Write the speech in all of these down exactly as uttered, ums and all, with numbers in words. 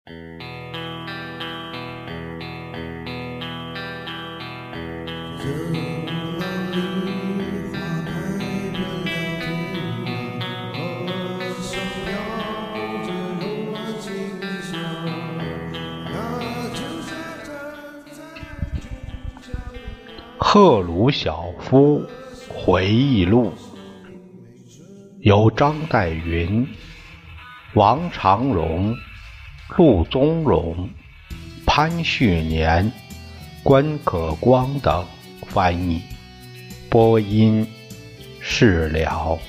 赫鲁晓夫回忆录，由张岱云、王长荣、陆宗荣、潘旭年、关可光等翻译，播音释了。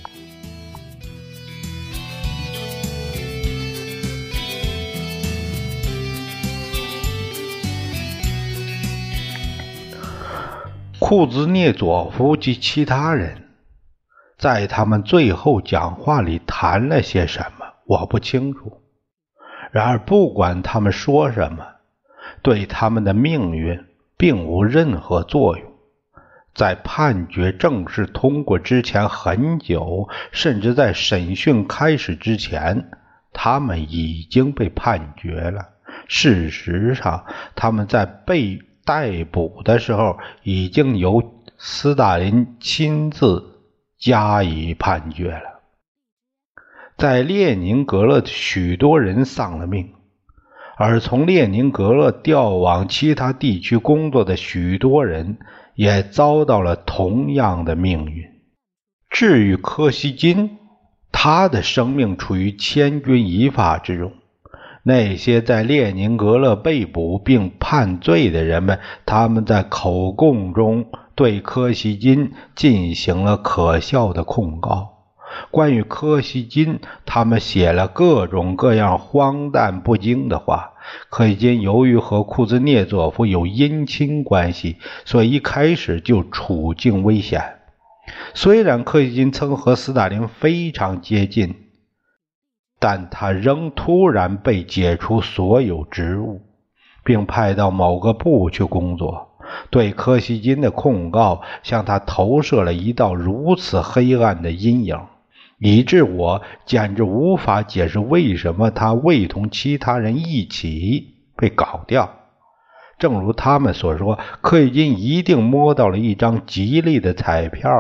库兹涅佐夫及其他人在他们最后讲话里谈了些什么，我不清楚。然而不管他们说什么，对他们的命运并无任何作用。在判决正式通过之前很久，甚至在审讯开始之前，他们已经被判决了。事实上，他们在被逮捕的时候已经由斯大林亲自加以判决了。在列宁格勒许多人丧了命，而从列宁格勒调往其他地区工作的许多人也遭到了同样的命运。至于柯西金，他的生命处于千钧一发之中。那些在列宁格勒被捕并判罪的人们，他们在口供中对柯西金进行了可笑的控告。关于柯西金，他们写了各种各样荒诞不经的话。柯西金由于和库兹涅佐夫有姻亲关系，所以一开始就处境危险。虽然柯西金曾和斯大林非常接近，但他仍突然被解除所有职务，并派到某个部去工作。对柯西金的控告向他投射了一道如此黑暗的阴影，以致我简直无法解释为什么他未同其他人一起被搞掉。正如他们所说，柯西金一定摸到了一张吉利的彩票，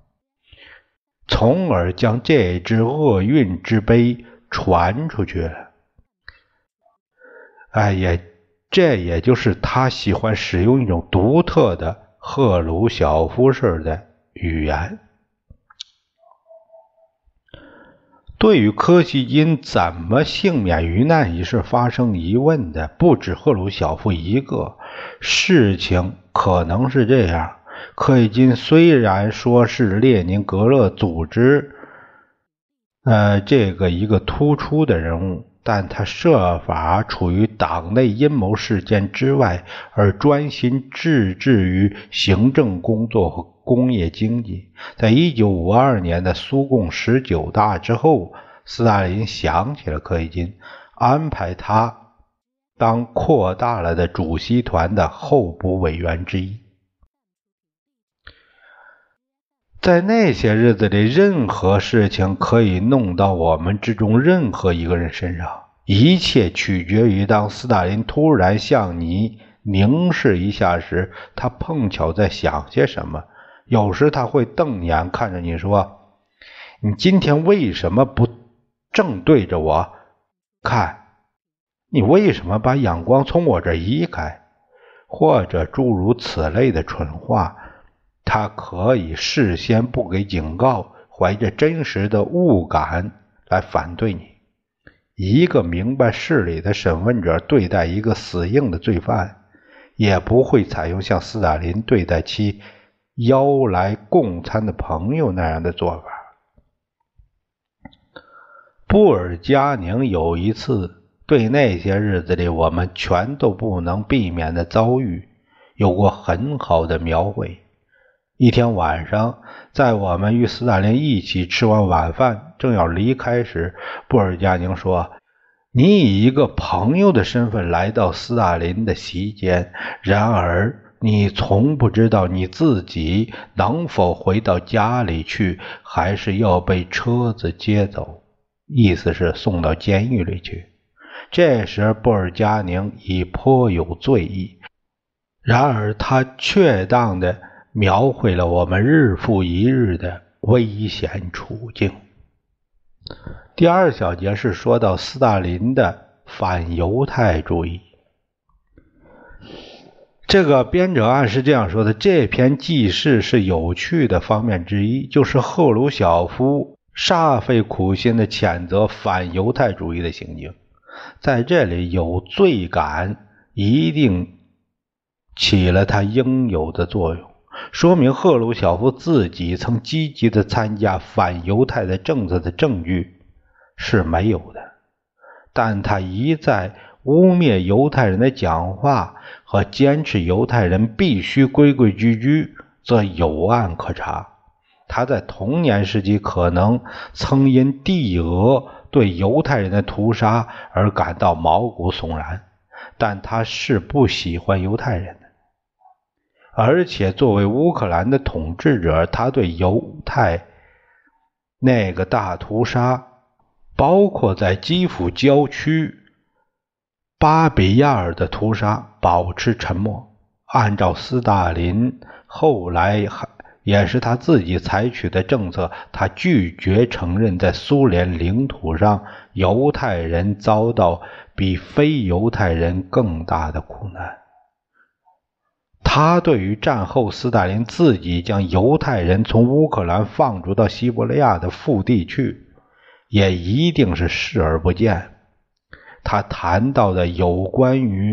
从而将这只厄运之杯传出去了。哎呀，这也就是他喜欢使用一种独特的赫鲁晓夫式的语言。对于柯西金怎么幸免于难一事发生疑问的不止赫鲁晓夫一个。事情可能是这样，柯西金虽然说是列宁格勒组织呃，这个一个突出的人物，但他设法处于党内阴谋事件之外，而专心致志于行政工作和工业经济。在一九五二年的苏共十九大之后，斯大林想起了柯西金，安排他当扩大了的主席团的候补委员之一。在那些日子里，任何事情可以弄到我们之中任何一个人身上，一切取决于当斯大林突然向你凝视一下时，他碰巧在想些什么。有时他会瞪眼看着你说，你今天为什么不正对着我看？你为什么把眼光从我这移开？或者诸如此类的蠢话。他可以事先不给警告，怀着真实的误感来反对你。一个明白事理的审问者对待一个死硬的罪犯，也不会采用像斯大林对待其邀来共餐的朋友那样的做法。布尔加宁有一次对那些日子里我们全都不能避免的遭遇有过很好的描绘。一天晚上，在我们与斯大林一起吃完晚饭，正要离开时，布尔加宁说，你以一个朋友的身份来到斯大林的席间，然而你从不知道你自己能否回到家里去，还是要被车子接走，意思是送到监狱里去。 这时布尔加宁已颇有醉意，然而他确当地描绘了我们日复一日的危险处境。第二小节是说到斯大林的反犹太主义。这个编者按是这样说的，这篇记事是有趣的方面之一，就是赫鲁晓夫煞费苦心的谴责反犹太主义的行径，在这里有罪感一定起了他应有的作用，说明赫鲁晓夫自己曾积极的参加反犹太的政策的证据是没有的，但他一再污蔑犹太人的讲话和坚持犹太人必须规规矩矩，则有案可查。他在童年时期可能曾因帝俄对犹太人的屠杀而感到毛骨悚然，但他是不喜欢犹太人的。而且作为乌克兰的统治者，他对犹太那个大屠杀，包括在基辅郊区巴比亚尔的屠杀，保持沉默。按照斯大林后来也是他自己采取的政策，他拒绝承认在苏联领土上犹太人遭到比非犹太人更大的苦难。他对于战后斯大林自己将犹太人从乌克兰放逐到西伯利亚的腹地去，也一定是视而不见。他谈到的有关于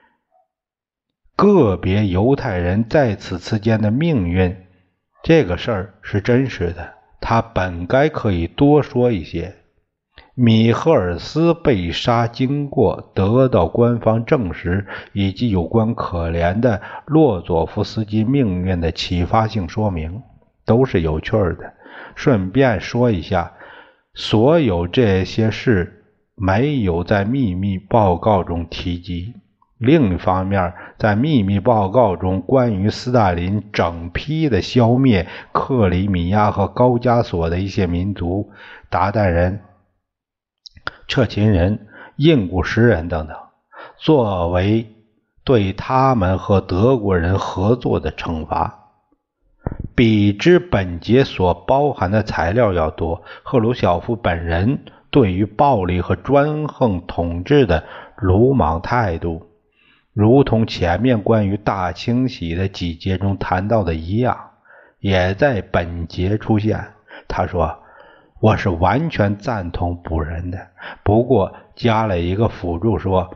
个别犹太人在此期间的命运，这个事儿是真实的，他本该可以多说一些。米赫尔斯被杀经过得到官方证实，以及有关可怜的洛佐夫斯基命运的启发性说明，都是有趣的。顺便说一下，所有这些事没有在秘密报告中提及。另一方面，在秘密报告中关于斯大林整批的消灭克里米亚和高加索的一些民族，鞑靼人、彻琴人、印古什人等等，作为对他们和德国人合作的惩罚，比之本节所包含的材料要多。赫鲁晓夫本人对于暴力和专横统治的鲁莽态度，如同前面关于大清洗的几节中谈到的一样，也在本节出现。他说，我是完全赞同捕人的，不过加了一个辅助说，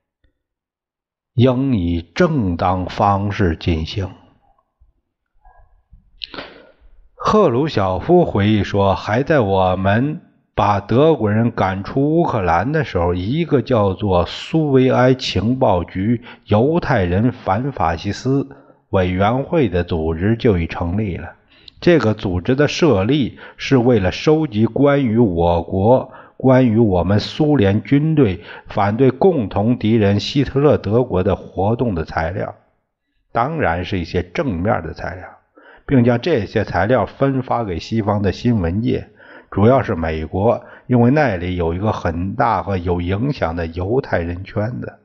应以正当方式进行。赫鲁晓夫回忆说，还在我们把德国人赶出乌克兰的时候，一个叫做苏维埃情报局犹太人反法西斯委员会的组织就已成立了。这个组织的设立是为了收集关于我国、关于我们苏联军队反对共同敌人希特勒德国的活动的材料，当然是一些正面的材料，并将这些材料分发给西方的新闻界，主要是美国，因为那里有一个很大和有影响的犹太人圈子。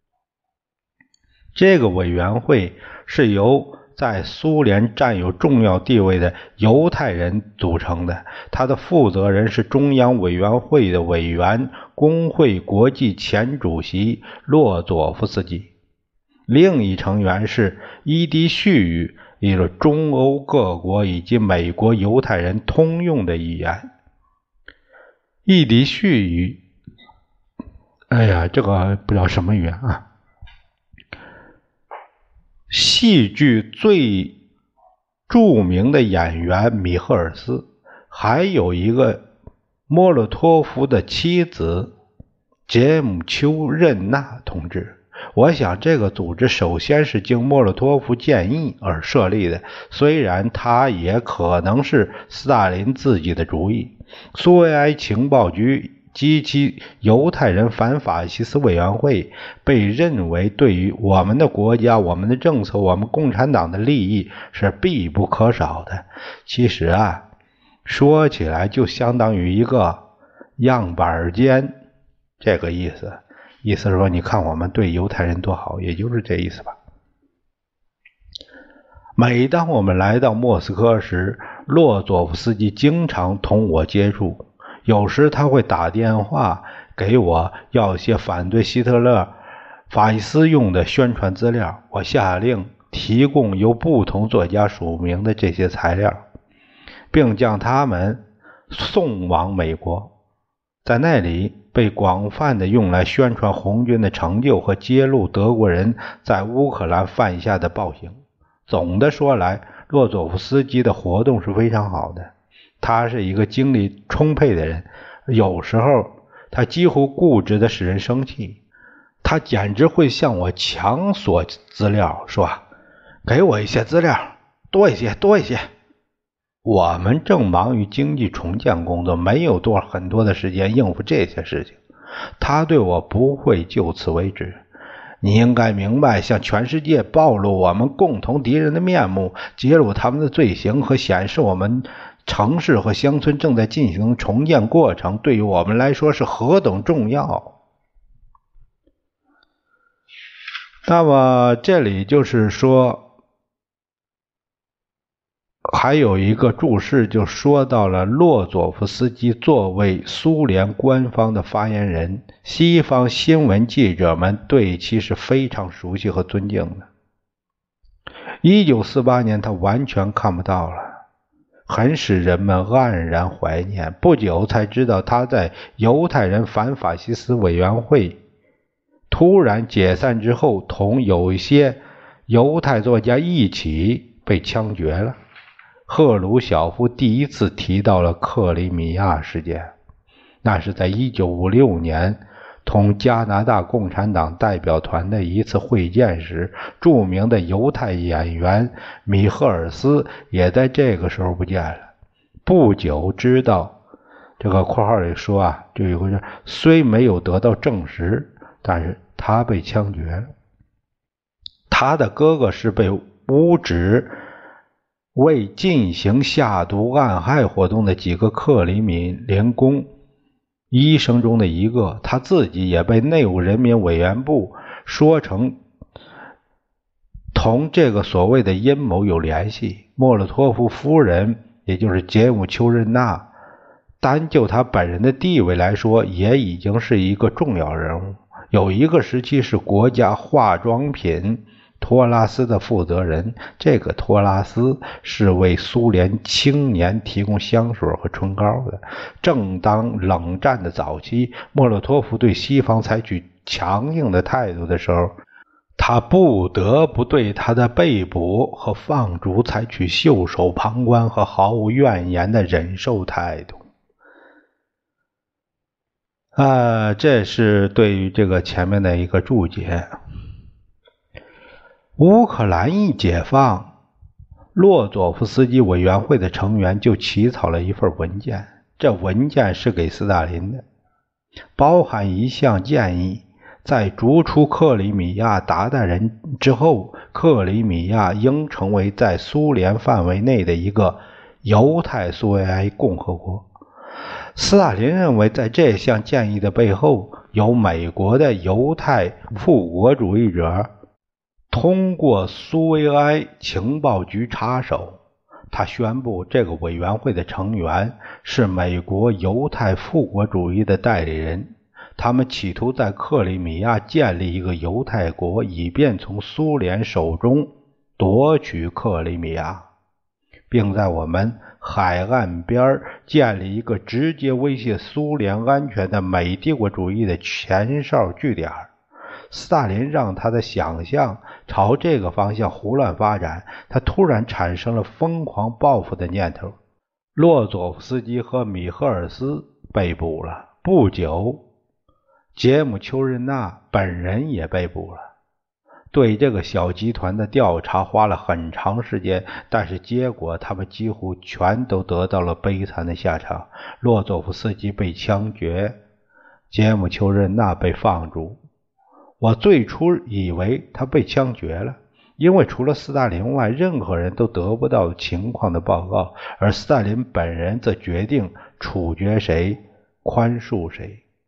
这个委员会是由在苏联占有重要地位的犹太人组成的，他的负责人是中央委员会的委员、工会国际前主席洛佐夫斯基。另一成员是伊迪絮语，一个中欧各国以及美国犹太人通用的语言。伊迪絮语，哎呀，这个不知道什么语言啊。戏剧最著名的演员米赫尔斯，还有一个莫洛托夫的妻子杰姆丘任娜同志。我想这个组织首先是经莫洛托夫建议而设立的，虽然他也可能是斯大林自己的主意。苏维埃情报局及其犹太人反法西斯委员会被认为对于我们的国家、我们的政策、我们共产党的利益是必不可少的。其实啊，说起来就相当于一个样板间，这个意思。 意思是说，你看我们对犹太人多好，也就是这意思吧。每当我们来到莫斯科时，洛佐夫斯基经常同我接触，有时他会打电话给我要些反对希特勒法西斯用的宣传资料，我下令提供由不同作家署名的这些材料，并将他们送往美国，在那里被广泛的用来宣传红军的成就和揭露德国人在乌克兰犯下的暴行。总的说来，洛佐夫斯基的活动是非常好的，他是一个精力充沛的人，有时候他几乎固执的使人生气，他简直会向我强索资料，说给我一些资料，多一些多一些。我们正忙于经济重建工作，没有多很多的时间应付这些事情。他对我不会就此为止。你应该明白，向全世界暴露我们共同敌人的面目，揭露他们的罪行和显示我们城市和乡村正在进行重建过程，对于我们来说是何等重要。那么这里就是说，还有一个注释就说到了洛佐夫斯基作为苏联官方的发言人，西方新闻记者们对其是非常熟悉和尊敬的。一九四八年他完全看不到了，很使人们黯然怀念。不久才知道他在犹太人反法西斯委员会突然解散之后，同有一些犹太作家一起被枪决了。赫鲁晓夫第一次提到了克里米亚事件，那是在一九五六年同加拿大共产党代表团的一次会见时，著名的犹太演员米赫尔斯也在这个时候不见了。不久知道，这个括号里说啊，就有个人虽没有得到证实，但是他被枪决了。他的哥哥是被诬指为进行下毒暗害活动的几个克里米林宫医生中的一个，他自己也被内务人民委员部说成同这个所谓的阴谋有联系。莫洛托夫夫人，也就是杰姆丘日娜，单就他本人的地位来说，也已经是一个重要人物，有一个时期是国家化妆品托拉斯的负责人。这个托拉斯是为苏联青年提供香水和唇膏的。正当冷战的早期，莫洛托夫对西方采取强硬的态度的时候，他不得不对他的被捕和放逐采取袖手旁观和毫无怨言的忍受态度。啊，这是对于这个前面的一个注解。乌克兰一解放，洛佐夫斯基委员会的成员就起草了一份文件，这文件是给斯大林的，包含一项建议，在逐出克里米亚鞑靼人之后，克里米亚应成为在苏联范围内的一个犹太苏维埃共和国。斯大林认为，在这项建议的背后，有美国的犹太复国主义者通过苏维埃情报局插手。他宣布，这个委员会的成员是美国犹太复国主义的代理人，他们企图在克里米亚建立一个犹太国，以便从苏联手中夺取克里米亚，并在我们海岸边建立一个直接威胁苏联安全的美帝国主义的前哨据点。斯大林让他的想象朝这个方向胡乱发展，他突然产生了疯狂报复的念头。洛佐夫斯基和米赫尔斯被捕了，不久杰姆丘日纳本人也被捕了。对这个小集团的调查花了很长时间，但是结果他们几乎全都得到了悲惨的下场。洛佐夫斯基被枪决，杰姆丘日纳被放逐。我最初以为他被枪决了，因为除了斯大林外，任何人都得不到情况的报告，而斯大林本人则决定处决谁，宽恕谁。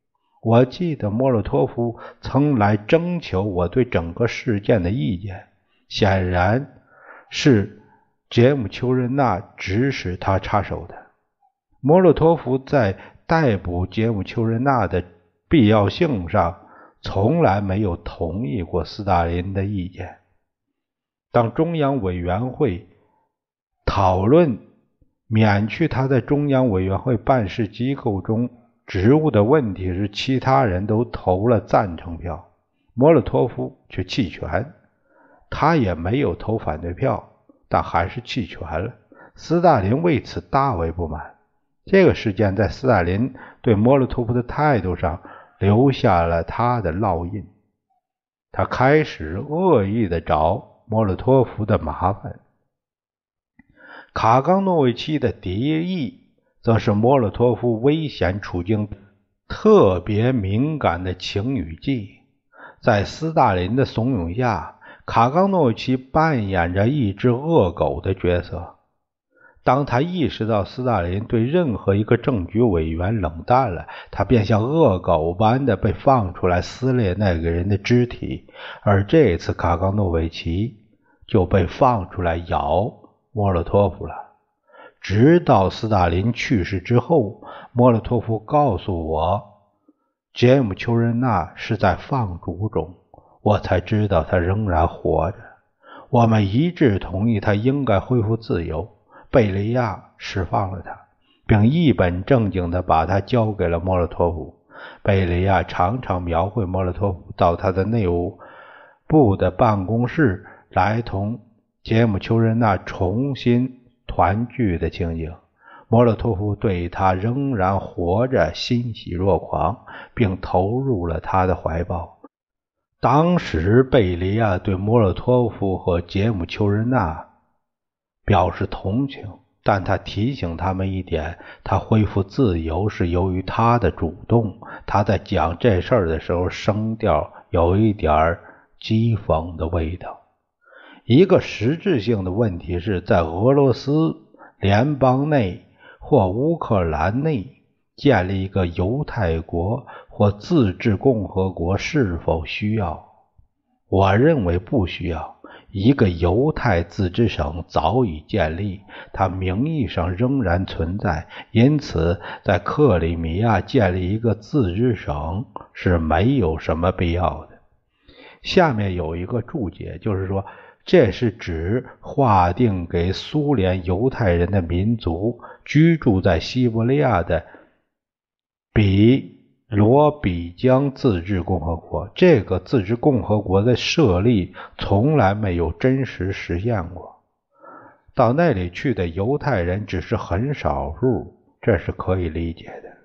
我记得莫洛托夫曾来征求我对整个事件的意见，显然是杰姆·丘仁纳指使他插手的。莫洛托夫在逮捕杰姆·丘仁纳的必要性上从来没有同意过斯大林的意见。当中央委员会讨论免去他在中央委员会办事机构中职务的问题时，其他人都投了赞成票，莫洛托夫却弃权。他也没有投反对票，但还是弃权了。斯大林为此大为不满。这个事件在斯大林对莫洛托夫的态度上留下了他的烙印。他开始恶意地找莫洛托夫的麻烦。卡冈诺维奇的敌意则是莫洛托夫危险处境特别敏感的晴雨剂。在斯大林的怂恿下，卡冈诺维奇扮演着一只恶狗的角色。当他意识到斯大林对任何一个政局委员冷淡了，他便像恶狗般的被放出来撕裂那个人的肢体，而这次卡冈诺维奇就被放出来咬莫洛托夫了。直到斯大林去世之后，莫洛托夫告诉我杰姆·丘仁纳是在放逐中，我才知道他仍然活着。我们一致同意他应该恢复自由。贝利亚释放了他，并一本正经地把他交给了莫洛托夫。贝利亚常常描绘莫洛托夫到他的内务部的办公室来同杰姆·丘仁纳重新团聚的情景。莫洛托夫对他仍然活着欣喜若狂，并投入了他的怀抱。当时贝利亚对莫洛托夫和杰姆·丘仁纳表示同情，但他提醒他们一点，他恢复自由是由于他的主动。他在讲这事儿的时候，声调有一点讥讽的味道。一个实质性的问题是，在俄罗斯联邦内或乌克兰内建立一个犹太国或自治共和国是否需要？我认为不需要。一个犹太自治省早已建立，它名义上仍然存在，因此在克里米亚建立一个自治省是没有什么必要的。下面有一个注解，就是说这是指划定给苏联犹太人的民族居住在西伯利亚的比罗比江自治共和国。这个自治共和国的设立从来没有真实实现过，到那里去的犹太人只是很少数，这是可以理解的。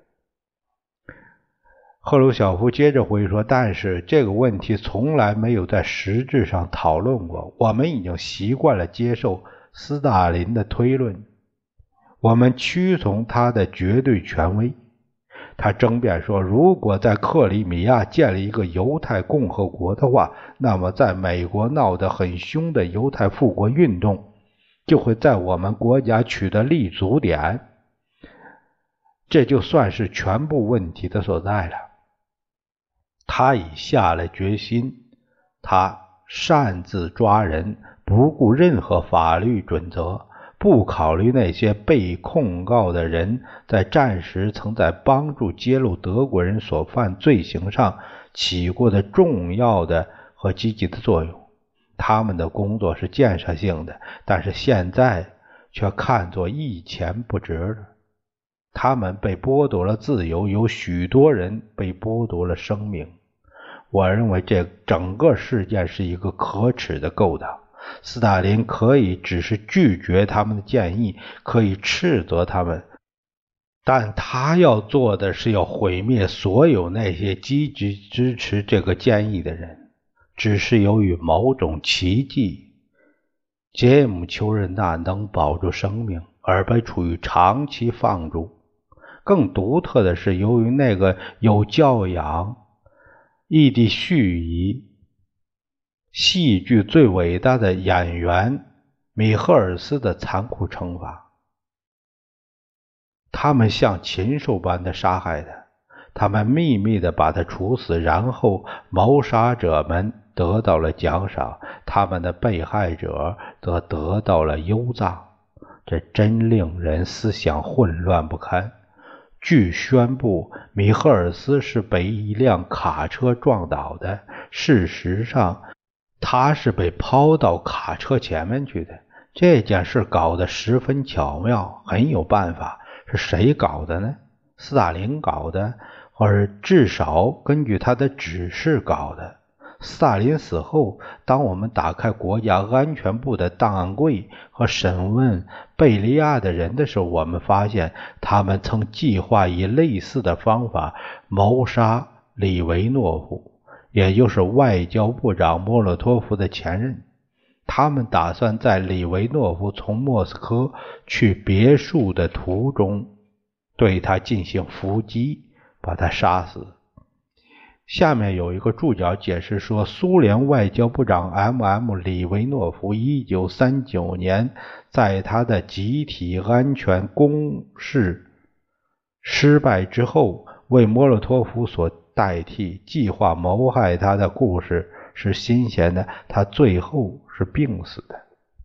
赫鲁晓夫接着回说，但是这个问题从来没有在实质上讨论过，我们已经习惯了接受斯大林的推论，我们屈从他的绝对权威。他争辩说，如果在克里米亚建立一个犹太共和国的话，那么在美国闹得很凶的犹太复国运动就会在我们国家取得立足点，这就算是全部问题的所在了。他已下了决心，他擅自抓人，不顾任何法律准则，不考虑那些被控告的人在战时曾在帮助揭露德国人所犯罪行上起过的重要的和积极的作用。他们的工作是建设性的，但是现在却看作一钱不值了。他们被剥夺了自由，有许多人被剥夺了生命。我认为这整个事件是一个可耻的勾当。斯大林可以只是拒绝他们的建议，可以斥责他们，但他要做的是要毁灭所有那些积极支持这个建议的人。只是由于某种奇迹，杰姆·丘仁纳能保住生命而被处于长期放逐。更独特的是，由于那个有教养、异地续遗戏剧最伟大的演员米赫尔斯的残酷惩罚，他们像禽兽般的杀害他， 他们秘密地把他处死，然后谋杀者们得到了奖赏，他们的被害者则得到了优葬。这真令人思想混乱不堪。据宣布，米赫尔斯是被一辆卡车撞倒的，事实上他是被抛到卡车前面去的。这件事搞得十分巧妙，很有办法。是谁搞的呢？斯大林搞的，或者至少根据他的指示搞的。斯大林死后，当我们打开国家安全部的档案柜和审问贝利亚的人的时候，我们发现他们曾计划以类似的方法谋杀里维诺夫，也就是外交部长莫洛托夫的前任。他们打算在里维诺夫从莫斯科去别墅的途中对他进行伏击，把他杀死。下面有一个注脚解释说，苏联外交部长 M M 里维诺夫一九三九年在他的集体安全攻势失败之后，为莫洛托夫所代替，计划谋害他的故事是新鲜的，他最后是病死的。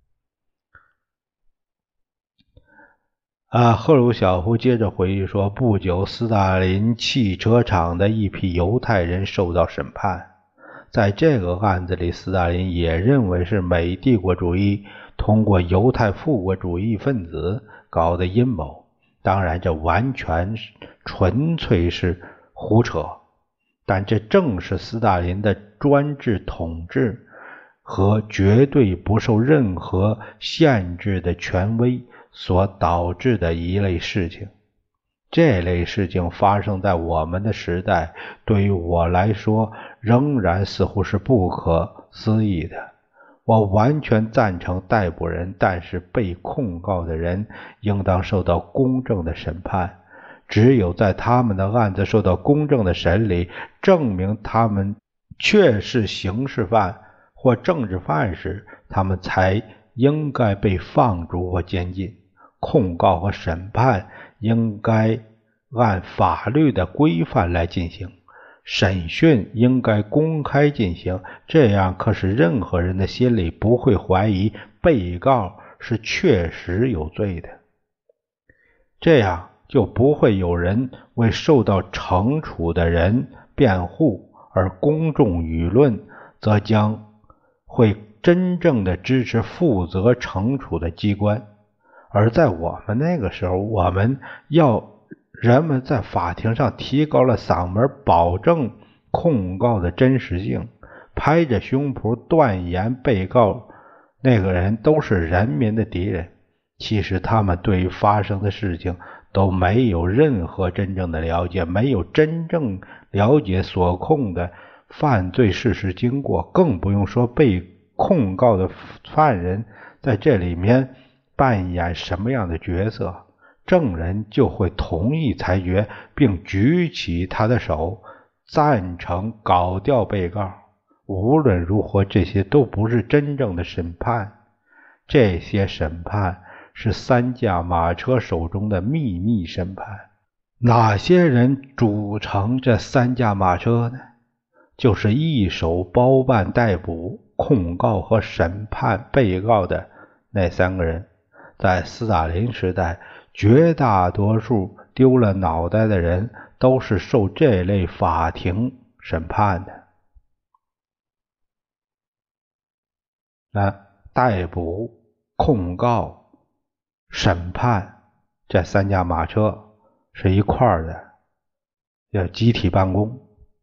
啊，赫鲁晓夫接着回忆说，不久斯大林汽车厂的一批犹太人受到审判。在这个案子里，斯大林也认为是美帝国主义通过犹太复国主义分子搞的阴谋。当然这完全纯粹是胡扯，但这正是斯大林的专制统治和绝对不受任何限制的权威所导致的一类事情。这类事情发生在我们的时代，对于我来说仍然似乎是不可思议的。我完全赞成逮捕人，但是被控告的人应当受到公正的审判。只有在他们的案子受到公正的审理，证明他们确是刑事犯或政治犯时，他们才应该被放逐或监禁。控告和审判应该按法律的规范来进行，审讯应该公开进行，这样可使任何人的心里不会怀疑被告是确实有罪的。这样就不会有人为受到惩处的人辩护，而公众舆论则将会真正的支持负责惩处的机关。而在我们那个时候，我们要人们在法庭上提高了嗓门，保证控告的真实性，拍着胸脯断言被告那个人都是人民的敌人。其实他们对于发生的事情都没有任何真正的了解，没有真正了解所控的犯罪事实经过，更不用说被控告的犯人在这里面扮演什么样的角色。证人就会同意裁决，并举起他的手，赞成搞掉被告。无论如何，这些都不是真正的审判，这些审判是三驾马车手中的秘密审判。哪些人组成这三驾马车呢？就是一手包办逮捕、控告和审判被告的那三个人。在斯大林时代，绝大多数丢了脑袋的人都是受这类法庭审判的。那逮捕、控告、审判这三驾马车是一块儿的，要集体办公。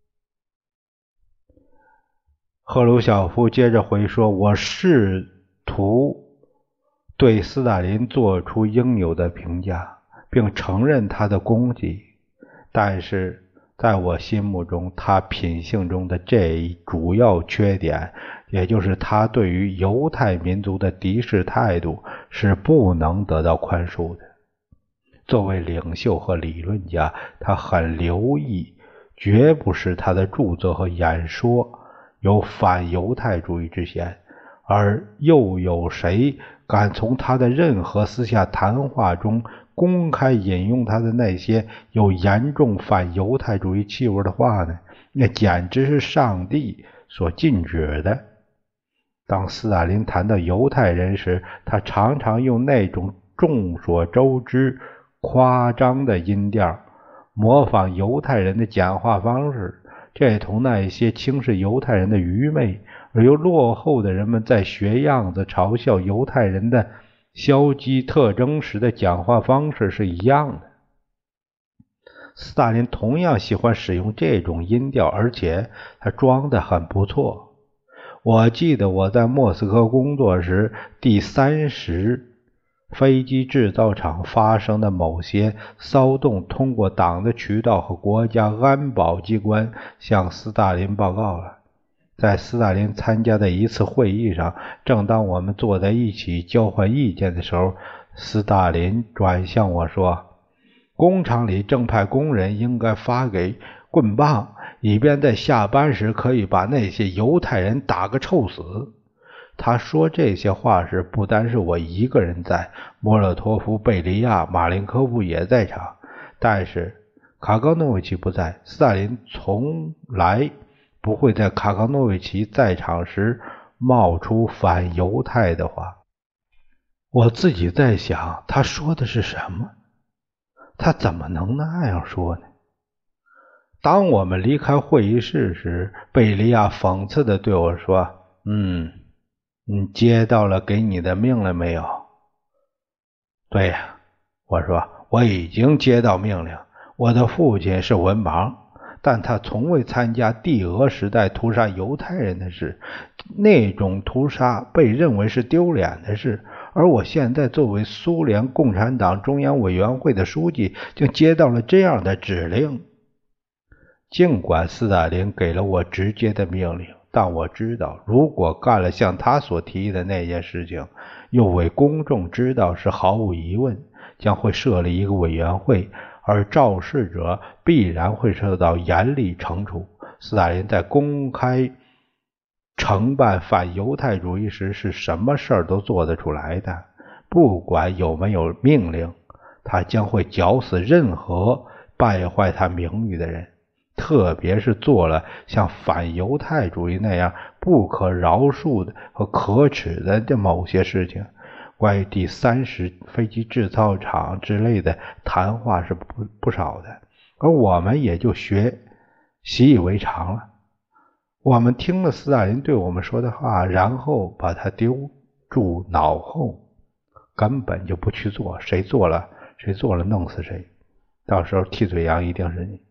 赫鲁晓夫接着回说，我试图对斯大林做出应有的评价，并承认他的功绩，但是在我心目中，他品性中的这一主要缺点，也就是他对于犹太民族的敌视态度，是不能得到宽恕的。作为领袖和理论家，他很留意，绝不是他的著作和演说有反犹太主义之嫌，而又有谁敢从他的任何私下谈话中公开引用他的那些有严重反犹太主义气味的话呢？那简直是上帝所禁止的。当斯大林谈到犹太人时，他常常用那种众所周知夸张的音调模仿犹太人的讲话方式，这同那些轻视犹太人的愚昧而又落后的人们在学样子嘲笑犹太人的消极特征时的讲话方式是一样的。斯大林同样喜欢使用这种音调，而且他装得很不错。我记得我在莫斯科工作时，第三十飞机制造厂发生的某些骚动通过党的渠道和国家安保机关向斯大林报告了。在斯大林参加的一次会议上，正当我们坐在一起交换意见的时候，斯大林转向我说，工厂里正派工人应该发给棍棒，以便在下班时可以把那些犹太人打个臭死。他说这些话时，不单是我一个人在，莫洛托夫、贝利亚、马林科夫也在场，但是卡冈诺维奇不在。斯大林从来不会在卡冈诺维奇在场时冒出反犹太的话。我自己在想，他说的是什么？他怎么能那样说呢？当我们离开会议室时，贝利亚讽刺地对我说，嗯，你接到了给你的命令没有？对呀，我说，我已经接到命令。我的父亲是文盲，但他从未参加帝俄时代屠杀犹太人的事，那种屠杀被认为是丢脸的事。而我现在作为苏联共产党中央委员会的书记，竟接到了这样的指令。尽管斯大林给了我直接的命令，但我知道，如果干了像他所提议的那件事情，又为公众知道是毫无疑问，将会设立一个委员会，而肇事者必然会受到严厉惩处。斯大林在公开承办反犹太主义时，是什么事儿都做得出来的，不管有没有命令，他将会绞死任何败坏他名誉的人，特别是做了像反犹太主义那样不可饶恕的和可耻的某些事情。关于第三十飞机制造厂之类的谈话是不不少的，而我们也就学习以为常了。我们听了斯大林对我们说的话，然后把它丢住脑后，根本就不去做，谁做了谁做了弄死谁，到时候替罪羊一定是你。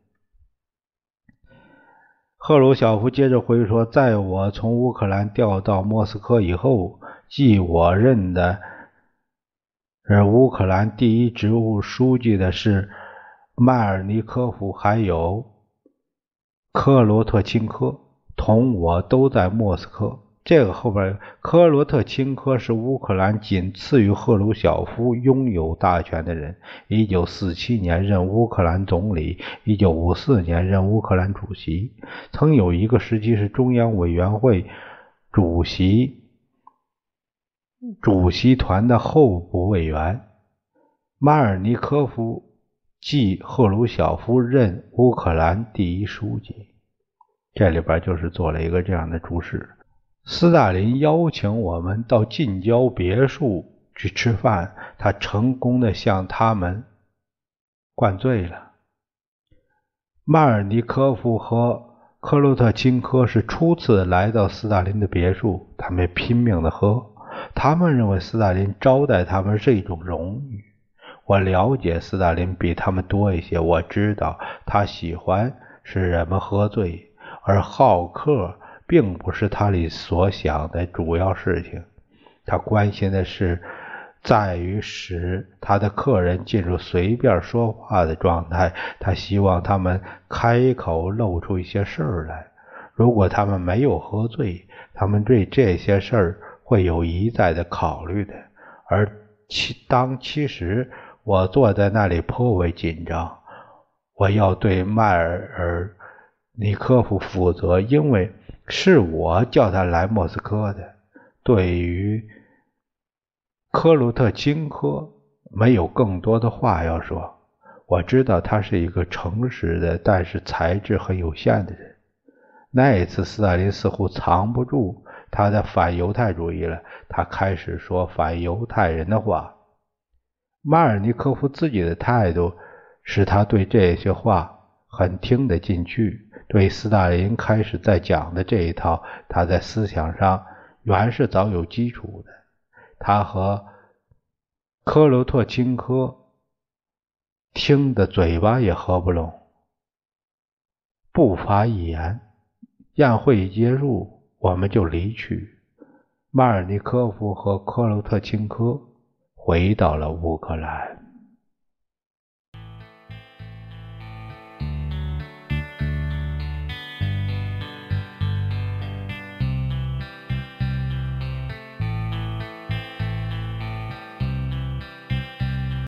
赫鲁晓夫接着回说，在我从乌克兰调到莫斯科以后，继我任的是乌克兰第一职务书记的是迈尔尼科夫还有科罗特钦科，同我都在莫斯科。这个后边，科罗特钦科是乌克兰仅次于赫鲁晓夫拥有大权的人。一九四七年任乌克兰总理，一九五四年任乌克兰主席，曾有一个时期是中央委员会主席主席团的候补委员。马尔尼科夫继赫鲁晓夫任乌克兰第一书记。这里边就是做了一个这样的注释。斯大林邀请我们到近郊别墅去吃饭，他成功的向他们灌醉了。马尔尼科夫和科洛特钦科是初次来到斯大林的别墅，他们拼命的喝，他们认为斯大林招待他们是一种荣誉。我了解斯大林比他们多一些，我知道他喜欢使人们喝醉，而好客并不是他里所想的主要事情，他关心的是在于使他的客人进入随便说话的状态，他希望他们开口露出一些事儿来。如果他们没有喝醉，他们对这些事儿会有一再的考虑的。而其当其实我坐在那里颇为紧张，我要对迈尔尼科夫负责，因为是我叫他来莫斯科的。对于科鲁特钦科没有更多的话要说。我知道他是一个诚实的，但是才智很有限的人。那一次斯大林似乎藏不住他的反犹太主义了，他开始说反犹太人的话。马尔尼科夫自己的态度使他对这些话很听得进去。对斯大林开始在讲的这一套，他在思想上原是早有基础的。他和科鲁特钦科听得嘴巴也合不拢，不发一言。宴会一结束，我们就离去。马尔尼科夫和科鲁特钦科回到了乌克兰。